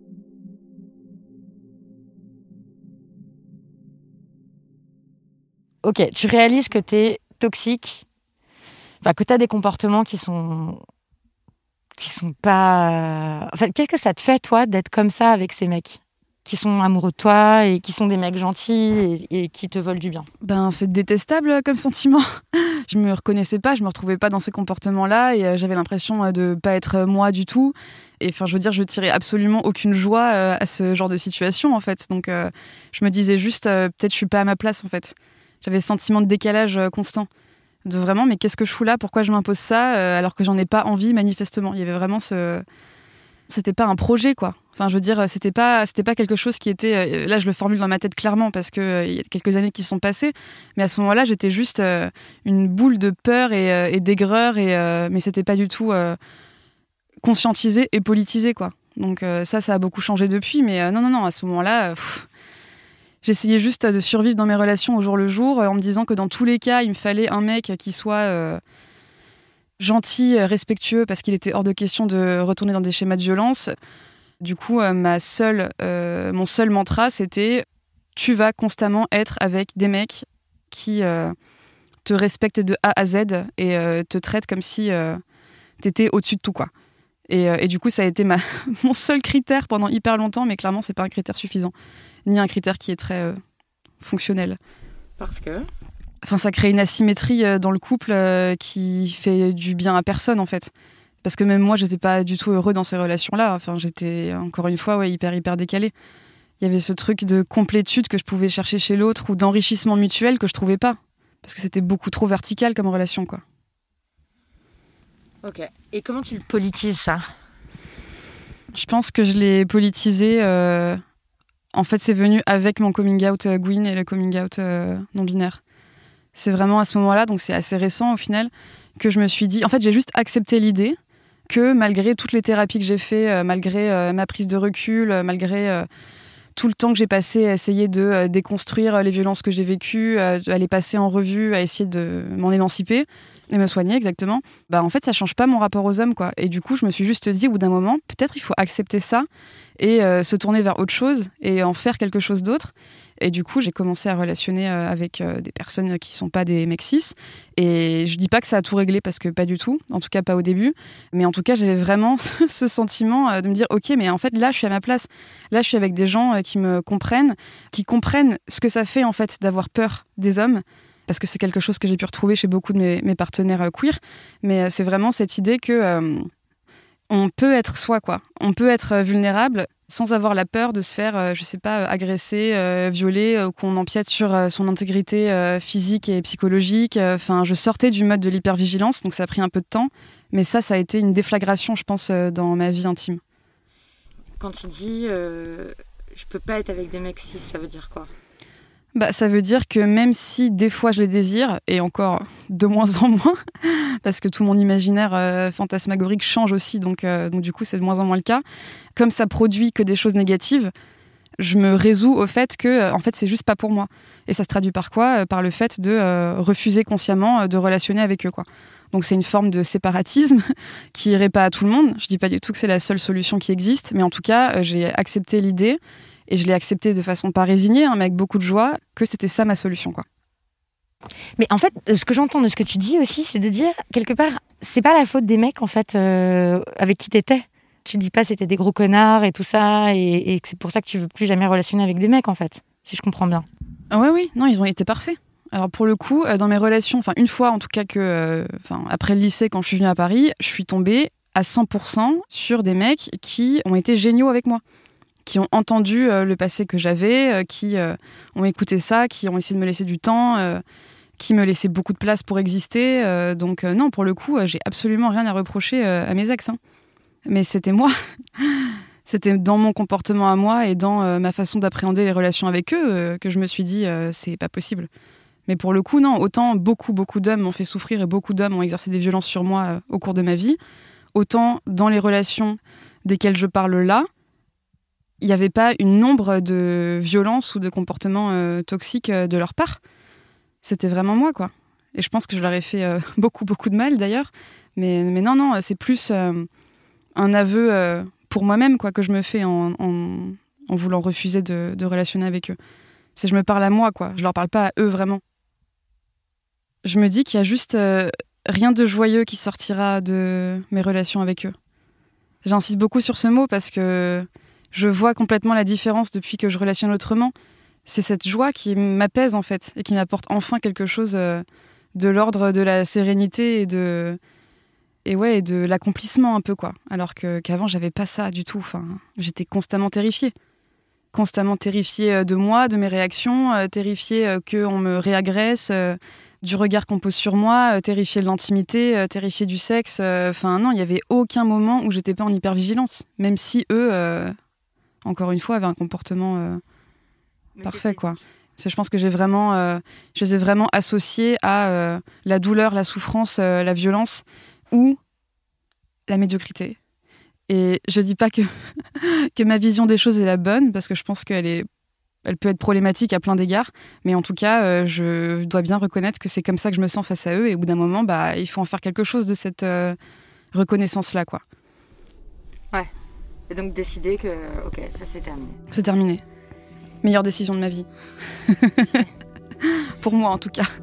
Ok, tu réalises que t'es toxique, enfin, que t'as des comportements qui sont, qui sont pas... Enfin, qu'est-ce que ça te fait, toi, d'être comme ça avec ces mecs qui sont amoureux de toi et qui sont des mecs gentils et, et qui te veulent du bien? Ben, c'est détestable comme sentiment. Je me reconnaissais pas, je me retrouvais pas dans ces comportements-là et euh, j'avais l'impression euh, de pas être moi du tout. Et enfin, je veux dire, je tirais absolument aucune joie euh, à ce genre de situation, en fait. Donc, euh, je me disais juste, euh, peut-être je suis pas à ma place, en fait. J'avais ce sentiment de décalage euh, constant. De vraiment, mais qu'est-ce que je fous là ? Pourquoi je m'impose ça euh, alors que j'en ai pas envie, manifestement ? Il y avait vraiment ce... C'était pas un projet, quoi. Enfin, je veux dire, c'était pas, c'était pas quelque chose qui était... Là, je le formule dans ma tête clairement parce qu'il euh, y a quelques années qui se sont passées. Mais à ce moment-là, j'étais juste euh, une boule de peur et, euh, et d'aigreur. Et, euh, mais c'était pas du tout euh, conscientisé et politisé, quoi. Donc euh, ça, ça a beaucoup changé depuis. Mais euh, non, non, non, à ce moment-là... Euh, pff, j'essayais juste de survivre dans mes relations au jour le jour euh, en me disant que dans tous les cas, il me fallait un mec qui soit... Euh, gentil, respectueux, parce qu'il était hors de question de retourner dans des schémas de violence. Du coup, euh, ma seule, euh, mon seul mantra, c'était « Tu vas constamment être avec des mecs qui euh, te respectent de A à Z et euh, te traitent comme si euh, t'étais au-dessus de tout, quoi. » Et, euh, et du coup, ça a été ma, mon seul critère pendant hyper longtemps, mais clairement, c'est pas un critère suffisant, ni un critère qui est très euh, fonctionnel. Parce que Enfin, ça crée une asymétrie euh, dans le couple euh, qui fait du bien à personne, en fait. Parce que même moi, j'étais pas du tout heureux dans ces relations-là. Enfin, j'étais, encore une fois, ouais, hyper, hyper décalée. Il y avait ce truc de complétude que je pouvais chercher chez l'autre ou d'enrichissement mutuel que je trouvais pas. Parce que c'était beaucoup trop vertical comme relation, quoi. Ok. Et comment tu le politises, ça ? Je pense que je l'ai politisé. Euh... En fait, c'est venu avec mon coming out euh, Gwyn et le coming out euh, non-binaire. C'est vraiment à ce moment-là, donc c'est assez récent au final, que je me suis dit... En fait, j'ai juste accepté l'idée que malgré toutes les thérapies que j'ai fait, euh, malgré euh, ma prise de recul, euh, malgré euh, tout le temps que j'ai passé à essayer de euh, déconstruire euh, les violences que j'ai vécues, euh, à les passer en revue, à essayer de m'en émanciper et me soigner exactement, bah en fait ça change pas mon rapport aux hommes, quoi. Et du coup je me suis juste dit au bout d'un moment, peut-être il faut accepter ça et euh, se tourner vers autre chose et en faire quelque chose d'autre. Et du coup j'ai commencé à relationner euh, avec euh, des personnes qui sont pas des mecs cis, et je dis pas que ça a tout réglé parce que pas du tout, en tout cas pas au début, mais en tout cas j'avais vraiment ce sentiment euh, de me dire ok, mais en fait là je suis à ma place, là je suis avec des gens euh, qui me comprennent, qui comprennent ce que ça fait en fait d'avoir peur des hommes. Parce que c'est quelque chose que j'ai pu retrouver chez beaucoup de mes, mes partenaires euh, queer, mais euh, c'est vraiment cette idée que euh, on peut être soi, quoi. On peut être euh, vulnérable sans avoir la peur de se faire, euh, je sais pas, agresser, euh, violer, euh, qu'on empiète sur euh, son intégrité euh, physique et psychologique. Enfin, euh, je sortais du mode de l'hypervigilance, donc ça a pris un peu de temps, mais ça, ça a été une déflagration, je pense, euh, dans ma vie intime. Quand tu dis euh, je peux pas être avec des mecs cis, ça veut dire quoi ? Bah, ça veut dire que même si des fois je les désire, et encore de moins en moins, parce que tout mon imaginaire euh, fantasmagorique change aussi, donc, euh, donc du coup c'est de moins en moins le cas, comme ça produit que des choses négatives, je me résous au fait que euh, en fait, c'est juste pas pour moi. Et ça se traduit par quoi ? euh, Par le fait de euh, refuser consciemment euh, de relationner avec eux, quoi. Donc c'est une forme de séparatisme qui irait pas à tout le monde. Je dis pas du tout que c'est la seule solution qui existe, mais en tout cas, euh, j'ai accepté l'idée. Et je l'ai accepté de façon pas résignée, hein, mais avec beaucoup de joie, que c'était ça ma solution, quoi. Mais en fait, ce que j'entends de ce que tu dis aussi, c'est de dire, quelque part, c'est pas la faute des mecs, en fait, euh, avec qui t'étais. Tu dis pas c'était des gros connards et tout ça, et, et que c'est pour ça que tu veux plus jamais relationner avec des mecs, en fait, si je comprends bien. Ah ouais, oui, non, ils ont été parfaits. Alors pour le coup, dans mes relations, enfin une fois en tout cas que, euh, après le lycée, quand je suis venue à Paris, je suis tombée à cent pour cent sur des mecs qui ont été géniaux avec moi, qui ont entendu euh, le passé que j'avais, euh, qui euh, ont écouté ça, qui ont essayé de me laisser du temps, euh, qui me laissaient beaucoup de place pour exister. Euh, donc euh, non, pour le coup, euh, j'ai absolument rien à reprocher euh, à mes ex. Hein. Mais c'était moi. C'était dans mon comportement à moi et dans euh, ma façon d'appréhender les relations avec eux euh, que je me suis dit, euh, c'est pas possible. Mais pour le coup, non, autant beaucoup, beaucoup d'hommes m'ont fait souffrir et beaucoup d'hommes ont exercé des violences sur moi euh, au cours de ma vie, autant dans les relations desquelles je parle là, il n'y avait pas une ombre de violence ou de comportement euh, toxique euh, de leur part. C'était vraiment moi, quoi. Et je pense que je leur ai fait euh, beaucoup, beaucoup de mal, d'ailleurs. Mais, mais non, non, c'est plus euh, un aveu euh, pour moi-même, quoi, que je me fais en, en, en voulant refuser de, de relationner avec eux. C'est je me parle à moi, quoi. Je leur parle pas à eux, vraiment. Je me dis qu'il y a juste euh, rien de joyeux qui sortira de mes relations avec eux. J'insiste beaucoup sur ce mot parce que je vois complètement la différence depuis que je relationne autrement. C'est cette joie qui m'apaise, en fait, et qui m'apporte enfin quelque chose euh, de l'ordre de la sérénité et de, et ouais, et de l'accomplissement un peu, quoi. Alors que, qu'avant, j'avais pas ça du tout. Enfin, j'étais constamment terrifiée. Constamment terrifiée de moi, de mes réactions, euh, terrifiée euh, qu'on me réagresse, euh, du regard qu'on pose sur moi, euh, terrifiée de l'intimité, euh, terrifiée du sexe. Enfin, euh, non, il n'y avait aucun moment où j'étais pas en hypervigilance. Même si eux... Euh, encore une fois, avait un comportement euh, parfait, quoi. C'est, je pense que j'ai vraiment, euh, je les ai vraiment associés à euh, la douleur, la souffrance, euh, la violence ou la médiocrité. Et je dis pas que, que ma vision des choses est la bonne, parce que je pense qu'elle est, elle peut être problématique à plein d'égards, mais en tout cas, euh, je dois bien reconnaître que c'est comme ça que je me sens face à eux, et au bout d'un moment, bah, il faut en faire quelque chose de cette euh, reconnaissance-là, quoi. Ouais. Et donc décider que, ok, ça c'est terminé. C'est terminé. Meilleure décision de ma vie. Pour moi, en tout cas.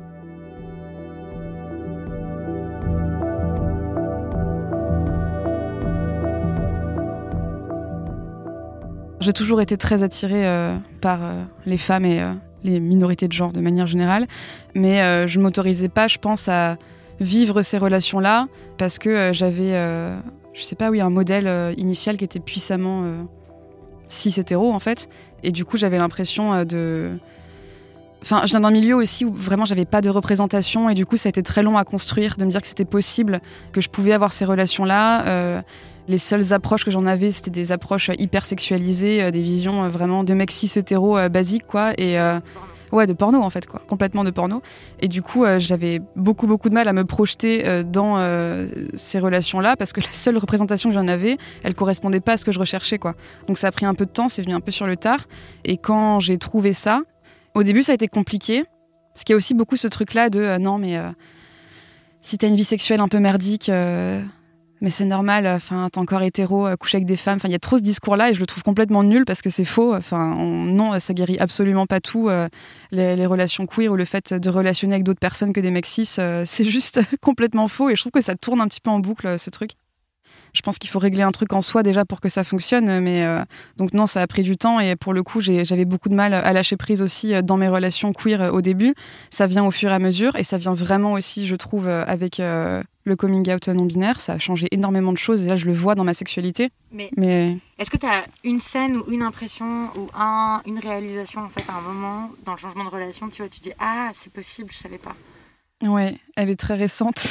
J'ai toujours été très attirée euh, par euh, les femmes et euh, les minorités de genre de manière générale, mais euh, je ne m'autorisais pas, je pense, à vivre ces relations-là parce que euh, j'avais, euh, je sais pas, oui, un modèle euh, initial qui était puissamment euh, cis-hétéro, en fait. Et du coup, j'avais l'impression euh, de... Enfin, je viens d'un milieu aussi où vraiment j'avais pas de représentation et du coup ça a été très long à construire, de me dire que c'était possible, que je pouvais avoir ces relations-là. Euh, les seules approches que j'en avais, c'était des approches hyper sexualisées, euh, des visions euh, vraiment de mecs cis hétéros euh, basiques, quoi. Et euh, ouais, de porno en fait, quoi, complètement de porno. Et du coup, euh, j'avais beaucoup beaucoup de mal à me projeter euh, dans euh, ces relations-là parce que la seule représentation que j'en avais, elle correspondait pas à ce que je recherchais, quoi. Donc ça a pris un peu de temps, c'est venu un peu sur le tard. Et quand j'ai trouvé ça, au début, ça a été compliqué, parce qu'il y a aussi beaucoup ce truc-là de euh, non, mais euh, si t'as une vie sexuelle un peu merdique, euh, mais c'est normal, enfin, t'es encore hétéro, euh, coucher avec des femmes. Enfin, il y a trop ce discours-là et je le trouve complètement nul parce que c'est faux. Enfin, on, non, ça guérit absolument pas tout. Euh, les, les relations queer ou le fait de relationner avec d'autres personnes que des mecs cis, euh, c'est juste complètement faux et je trouve que ça tourne un petit peu en boucle, ce truc. Je pense qu'il faut régler un truc en soi déjà pour que ça fonctionne, mais euh, donc non, ça a pris du temps et pour le coup, j'ai, j'avais beaucoup de mal à lâcher prise aussi dans mes relations queer au début. Ça vient au fur et à mesure et ça vient vraiment aussi, je trouve, avec euh, le coming out non-binaire. Ça a changé énormément de choses et là, je le vois dans ma sexualité. Mais, mais... est-ce que tu as une scène ou une impression ou un, une réalisation en fait à un moment dans le changement de relation, tu vois, tu dis ah c'est possible, je savais pas. Ouais, elle est très récente.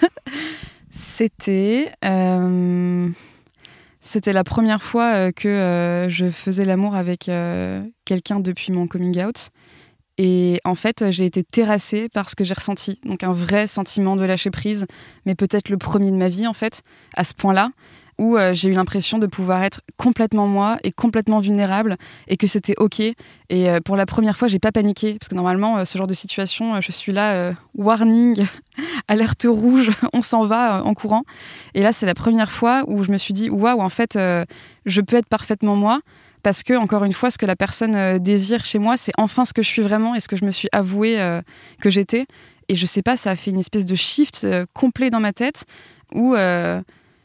C'était, euh, c'était la première fois euh, que euh, je faisais l'amour avec euh, quelqu'un depuis mon coming out. Et en fait, j'ai été terrassée par ce que j'ai ressenti. Donc un vrai sentiment de lâcher prise, mais peut-être le premier de ma vie, en fait, à ce point-là, où euh, j'ai eu l'impression de pouvoir être complètement moi et complètement vulnérable et que c'était OK. Et euh, pour la première fois, j'ai pas paniqué parce que normalement, euh, ce genre de situation, euh, je suis là, euh, warning, alerte rouge, on s'en va euh, en courant. Et là, c'est la première fois où je me suis dit, waouh, en fait, euh, je peux être parfaitement moi parce que, encore une fois, ce que la personne euh, désire chez moi, c'est enfin ce que je suis vraiment et ce que je me suis avouée euh, que j'étais. Et je sais pas, ça a fait une espèce de shift euh, complet dans ma tête où... Euh,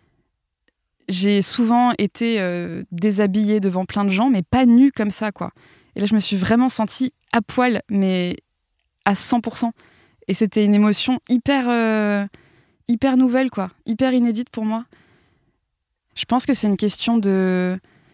j'ai souvent été euh, déshabillée devant plein de gens, mais pas nue comme ça, quoi. Et là, je me suis vraiment sentie à poil, mais à cent pour cent. Et c'était une émotion hyper, euh, hyper nouvelle, quoi. Hyper inédite pour moi. Je pense que c'est une question de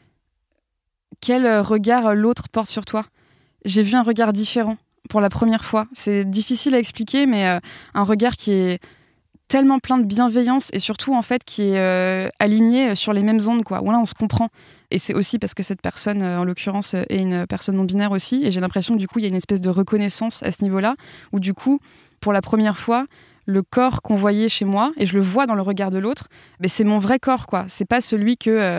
quel regard l'autre porte sur toi. J'ai vu un regard différent pour la première fois. C'est difficile à expliquer, mais euh, un regard qui est tellement plein de bienveillance et surtout en fait qui est euh, aligné sur les mêmes ondes, quoi, où là on se comprend. Et c'est aussi parce que cette personne euh, en l'occurrence est une personne non binaire aussi et j'ai l'impression que du coup il y a une espèce de reconnaissance à ce niveau-là où du coup pour la première fois le corps qu'on voyait chez moi et je le vois dans le regard de l'autre, mais c'est mon vrai corps, quoi. C'est pas celui que euh,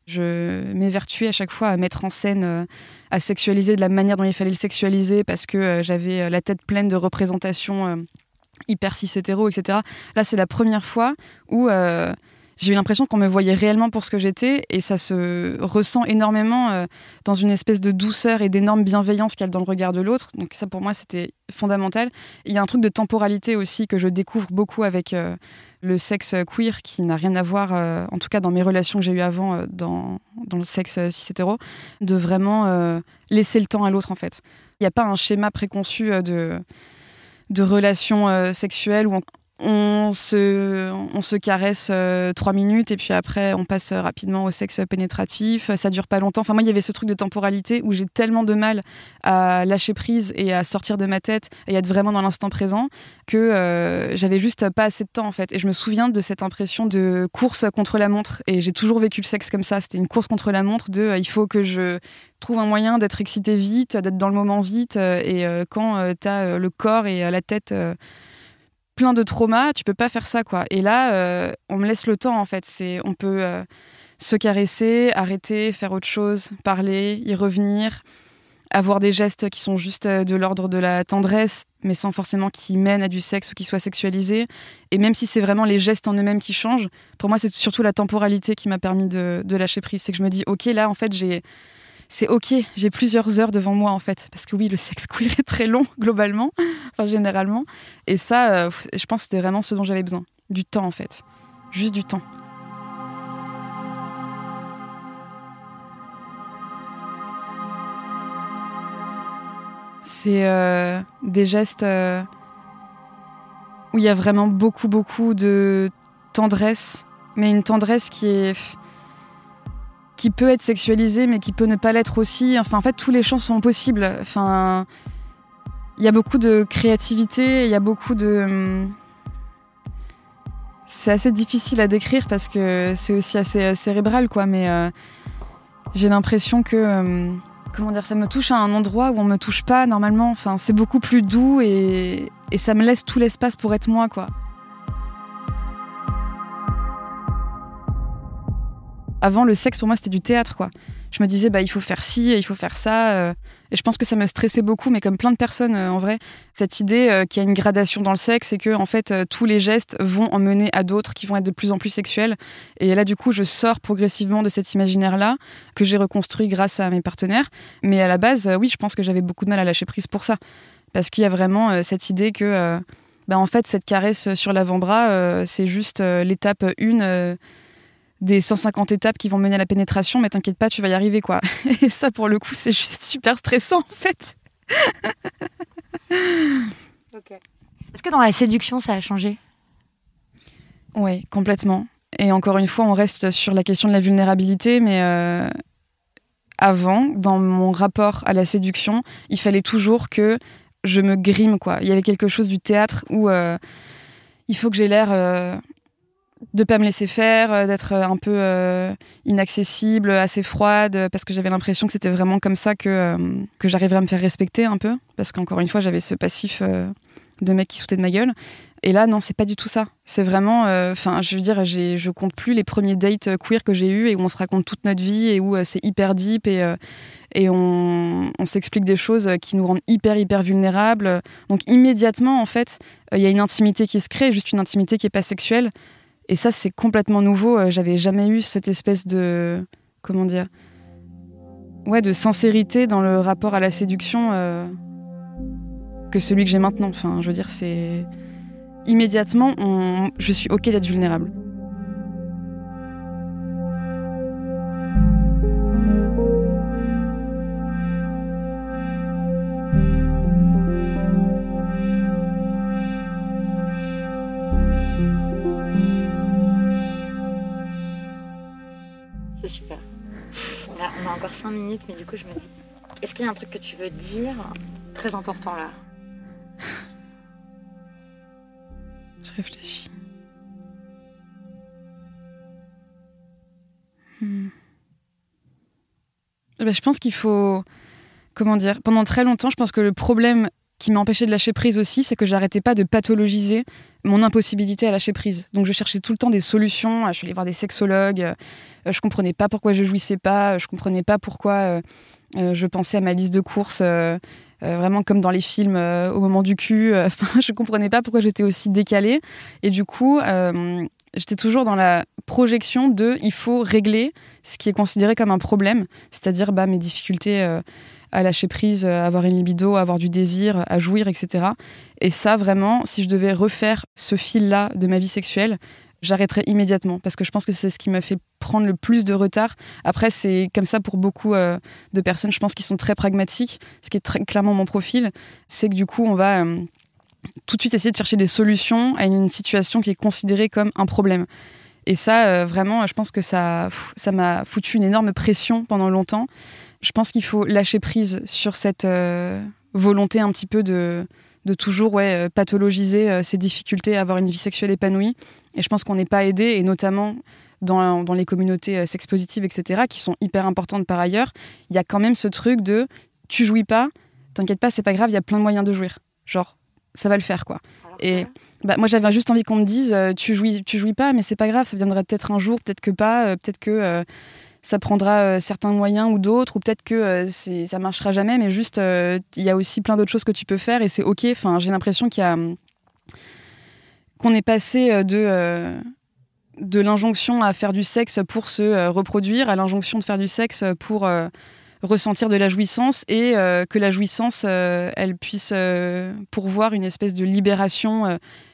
je m'évertuais à chaque fois à mettre en scène, euh, à sexualiser de la manière dont il fallait le sexualiser parce que euh, j'avais la tête pleine de représentations euh, hyper cis-hétéro, et cetera. Là, c'est la première fois où euh, j'ai eu l'impression qu'on me voyait réellement pour ce que j'étais et ça se ressent énormément euh, dans une espèce de douceur et d'énorme bienveillance qu'il y a dans le regard de l'autre. Donc ça, pour moi, c'était fondamental. Il y a un truc de temporalité aussi que je découvre beaucoup avec euh, le sexe queer qui n'a rien à voir, euh, en tout cas dans mes relations que j'ai eues avant, euh, dans, dans le sexe cis-hétéro, de vraiment euh, laisser le temps à l'autre, en fait. Il n'y a pas un schéma préconçu euh, de... de relations euh, sexuelles où on, on, se, on se caresse euh, trois minutes et puis après on passe rapidement au sexe pénétratif, ça dure pas longtemps. Enfin moi il y avait ce truc de temporalité où j'ai tellement de mal à lâcher prise et à sortir de ma tête et à être vraiment dans l'instant présent que euh, j'avais juste pas assez de temps en fait. Et je me souviens de cette impression de course contre la montre et j'ai toujours vécu le sexe comme ça, c'était une course contre la montre de euh, il faut que je trouve un moyen d'être excité vite, d'être dans le moment vite euh, et euh, quand euh, t'as euh, le corps et euh, la tête euh, plein de traumas, tu peux pas faire ça, quoi. Et là, euh, on me laisse le temps, en fait. C'est, on peut euh, se caresser, arrêter, faire autre chose, parler, y revenir, avoir des gestes qui sont juste de l'ordre de la tendresse, mais sans forcément qu'ils mènent à du sexe ou qu'ils soient sexualisés. Et même si c'est vraiment les gestes en eux-mêmes qui changent, pour moi, c'est surtout la temporalité qui m'a permis de, de lâcher prise. C'est que je me dis, OK, là, en fait, j'ai... c'est OK, j'ai plusieurs heures devant moi en fait, parce que oui, le sexe queer est très long globalement, enfin généralement, et ça, euh, je pense que c'était vraiment ce dont j'avais besoin, du temps en fait, juste du temps. c'est euh, des gestes euh, où il y a vraiment beaucoup, beaucoup de tendresse, mais une tendresse qui est qui peut être sexualisée, mais qui peut ne pas l'être aussi. Enfin, en fait, tous les champs sont possibles. Enfin, il y a beaucoup de créativité, il y a beaucoup de... C'est assez difficile à décrire parce que c'est aussi assez cérébral, quoi, mais euh, j'ai l'impression que... Euh, comment dire, ça me touche à un endroit où on me touche pas normalement. Enfin, c'est beaucoup plus doux et, et ça me laisse tout l'espace pour être moi, quoi. Avant, le sexe, pour moi, c'était du théâtre, quoi. Je me disais, bah, il faut faire ci, il faut faire ça. Euh, et je pense que ça me stressait beaucoup, mais comme plein de personnes, euh, en vrai, cette idée euh, qu'il y a une gradation dans le sexe et que, en fait, euh, tous les gestes vont en mener à d'autres qui vont être de plus en plus sexuels. Et là, du coup, je sors progressivement de cet imaginaire-là que j'ai reconstruit grâce à mes partenaires. Mais à la base, euh, oui, je pense que j'avais beaucoup de mal à lâcher prise pour ça. Parce qu'il y a vraiment euh, cette idée que, euh, bah, en fait, cette caresse sur l'avant-bras, euh, c'est juste euh, l'étape une... Euh, des cent cinquante étapes qui vont mener à la pénétration, mais t'inquiète pas, tu vas y arriver, quoi. Et ça, pour le coup, c'est juste super stressant, en fait. Okay. Est-ce que dans la séduction, ça a changé ? Oui, complètement. Et encore une fois, on reste sur la question de la vulnérabilité, mais euh, avant, dans mon rapport à la séduction, il fallait toujours que je me grime, quoi. Il y avait quelque chose du théâtre où euh, il faut que j'ai l'air... Euh, de pas me laisser faire, d'être un peu euh, inaccessible, assez froide, parce que j'avais l'impression que c'était vraiment comme ça que, euh, que j'arriverais à me faire respecter un peu, parce qu'encore une fois, j'avais ce passif euh, de mec qui sautait de ma gueule. Et là, non, c'est pas du tout ça. C'est vraiment... Enfin, euh, je veux dire, j'ai, je compte plus les premiers dates queer que j'ai eus et où on se raconte toute notre vie et où euh, c'est hyper deep et, euh, et on, on s'explique des choses qui nous rendent hyper, hyper vulnérables. Donc, immédiatement, en fait, il euh, y a une intimité qui se crée, juste une intimité qui est pas sexuelle. Et ça, c'est complètement nouveau. J'avais jamais eu cette espèce de... Comment dire ? Ouais, de sincérité dans le rapport à la séduction euh, que celui que j'ai maintenant. Enfin, je veux dire, c'est... Immédiatement, on... je suis OK d'être vulnérable. C'est super. Là, on a encore cinq minutes, mais du coup, je me dis, est-ce qu'il y a un truc que tu veux dire très important là ? Je réfléchis. Hmm. Ben, je pense qu'il faut... Comment dire ? Pendant très longtemps, je pense que le problème qui m'a empêché de lâcher prise aussi, c'est que j'arrêtais pas de pathologiser mon impossibilité à lâcher prise. Donc je cherchais tout le temps des solutions. Je suis allée voir des sexologues. Je comprenais pas pourquoi je jouissais pas. Je comprenais pas pourquoi euh, euh, je pensais à ma liste de courses euh, euh, vraiment comme dans les films euh, au moment du cul. Enfin, je comprenais pas pourquoi j'étais aussi décalée. Et du coup, euh, j'étais toujours dans la projection de il faut régler ce qui est considéré comme un problème, c'est-à-dire bah, mes difficultés euh, à lâcher prise, à avoir une libido, à avoir du désir, à jouir, et cetera. Et ça, vraiment, si je devais refaire ce fil-là de ma vie sexuelle, j'arrêterais immédiatement, parce que je pense que c'est ce qui m'a fait prendre le plus de retard. Après, c'est comme ça pour beaucoup euh, de personnes, je pense, qui sont très pragmatiques, ce qui est très clairement mon profil, c'est que du coup, on va euh, tout de suite essayer de chercher des solutions à une situation qui est considérée comme un problème. Et ça, euh, vraiment, je pense que ça, ça m'a foutu une énorme pression pendant longtemps. Je pense qu'il faut lâcher prise sur cette euh, volonté un petit peu de, de toujours ouais, pathologiser euh, ses difficultés à avoir une vie sexuelle épanouie. Et je pense qu'on n'est pas aidé, et notamment dans, dans les communautés euh, sex-positives, et cetera, qui sont hyper importantes par ailleurs. Il y a quand même ce truc de « tu jouis pas, t'inquiète pas, c'est pas grave, il y a plein de moyens de jouir. » Genre, ça va le faire, quoi. Alors, et ouais. bah, moi, j'avais juste envie qu'on me dise euh, « tu jouis, tu jouis pas, mais c'est pas grave, ça viendra peut-être un jour, peut-être que pas, euh, peut-être que... Euh, ça prendra euh, certains moyens ou d'autres, ou peut-être que euh, c'est, ça marchera jamais, mais juste, il euh, y a aussi plein d'autres choses que tu peux faire et c'est OK. Enfin, j'ai l'impression qu'il y a, qu'on est passé de, euh, de l'injonction à faire du sexe pour se euh, reproduire à l'injonction de faire du sexe pour euh, ressentir de la jouissance et euh, que la jouissance, euh, elle puisse euh, pourvoir une espèce de libération euh,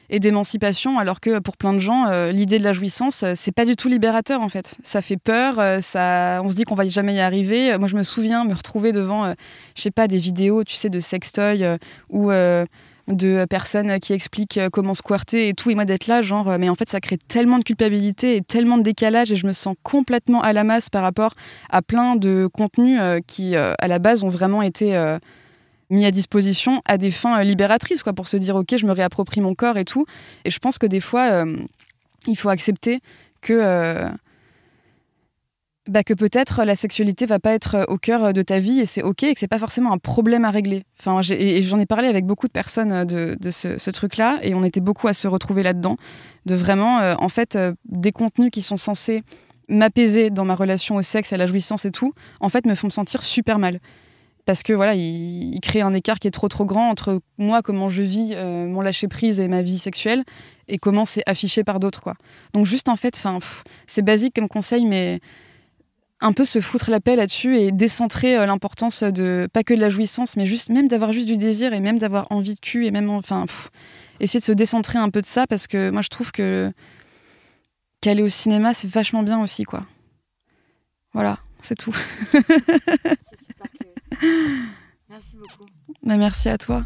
et d'émancipation, alors que pour plein de gens, euh, l'idée de la jouissance, euh, c'est pas du tout libérateur en fait. Ça fait peur, euh, ça, on se dit qu'on va jamais y arriver. Moi, je me souviens me retrouver devant, euh, je sais pas, des vidéos, tu sais, de sextoy euh, ou euh, de personnes qui expliquent comment squirter et tout, et moi d'être là, genre, mais en fait, ça crée tellement de culpabilité et tellement de décalage, et je me sens complètement à la masse par rapport à plein de contenus euh, qui, euh, à la base, ont vraiment été euh, mis à disposition à des fins euh, libératrices, quoi, pour se dire, ok, je me réapproprie mon corps et tout. Et je pense que des fois, euh, il faut accepter que... Euh, Bah que peut-être la sexualité va pas être au cœur de ta vie et c'est ok et que c'est pas forcément un problème à régler. Enfin, j'ai, et j'en ai parlé avec beaucoup de personnes de, de ce, ce truc-là et on était beaucoup à se retrouver là-dedans, de vraiment, euh, en fait, euh, des contenus qui sont censés m'apaiser dans ma relation au sexe, à la jouissance et tout, en fait, me font me sentir super mal. Parce que voilà, il, il crée un écart qui est trop trop grand entre moi, comment je vis euh, mon lâcher-prise et ma vie sexuelle, et comment c'est affiché par d'autres, quoi. Donc juste, en fait, c'est basique comme conseil, mais... un peu se foutre la paix là-dessus et décentrer euh, l'importance de, pas que de la jouissance, mais juste, même d'avoir juste du désir et même d'avoir envie de cul et même, enfin, pff, essayer de se décentrer un peu de ça parce que moi, je trouve que qu'aller au cinéma, c'est vachement bien aussi, quoi. Voilà, c'est tout. C'est super clair. Merci beaucoup. Bah, merci à toi.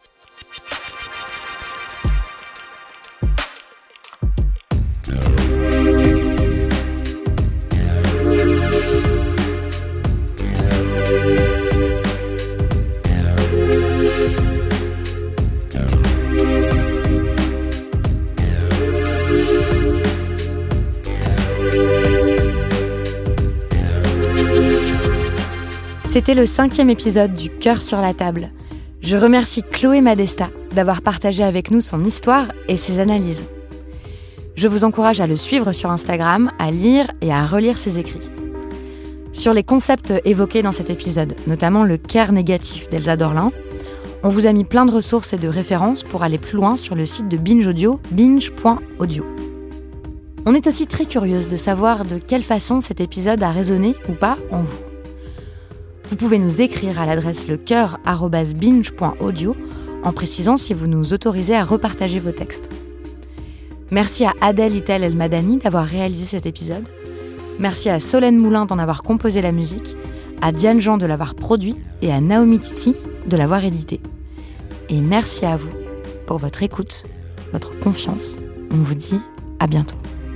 C'était le cinquième épisode du Cœur sur la table. Je remercie Chloé Madesta d'avoir partagé avec nous son histoire et ses analyses. Je vous encourage à le suivre sur Instagram, à lire et à relire ses écrits. Sur les concepts évoqués dans cet épisode, notamment le care négatif d'Elsa Dorlin, on vous a mis plein de ressources et de références pour aller plus loin sur le site de Binge Audio, binge point audio. On est aussi très curieuse de savoir de quelle façon cet épisode a résonné ou pas en vous. Vous pouvez nous écrire à l'adresse lecoeur arobase binge point audio en précisant si vous nous autorisez à repartager vos textes. Merci à Adèle Itel El Madani d'avoir réalisé cet épisode. Merci à Solène Moulin d'en avoir composé la musique, à Diane Jean de l'avoir produit et à Naomi Titi de l'avoir édité. Et merci à vous pour votre écoute, votre confiance. On vous dit à bientôt.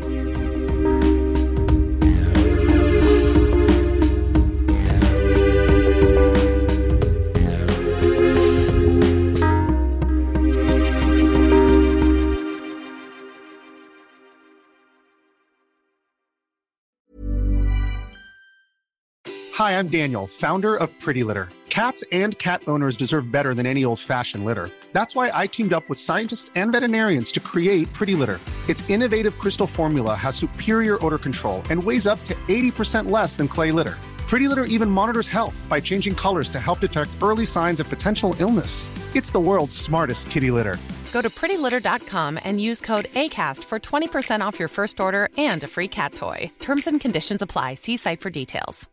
Hi, I'm Daniel, founder of Pretty Litter. Cats and cat owners deserve better than any old-fashioned litter. That's why I teamed up with scientists and veterinarians to create Pretty Litter. Its innovative crystal formula has superior odor control and weighs up to eighty percent less than clay litter. Pretty Litter even monitors health by changing colors to help detect early signs of potential illness. It's the world's smartest kitty litter. Go to pretty litter dot com and use code ACAST for twenty percent off your first order and a free cat toy. Terms and conditions apply. See site for details.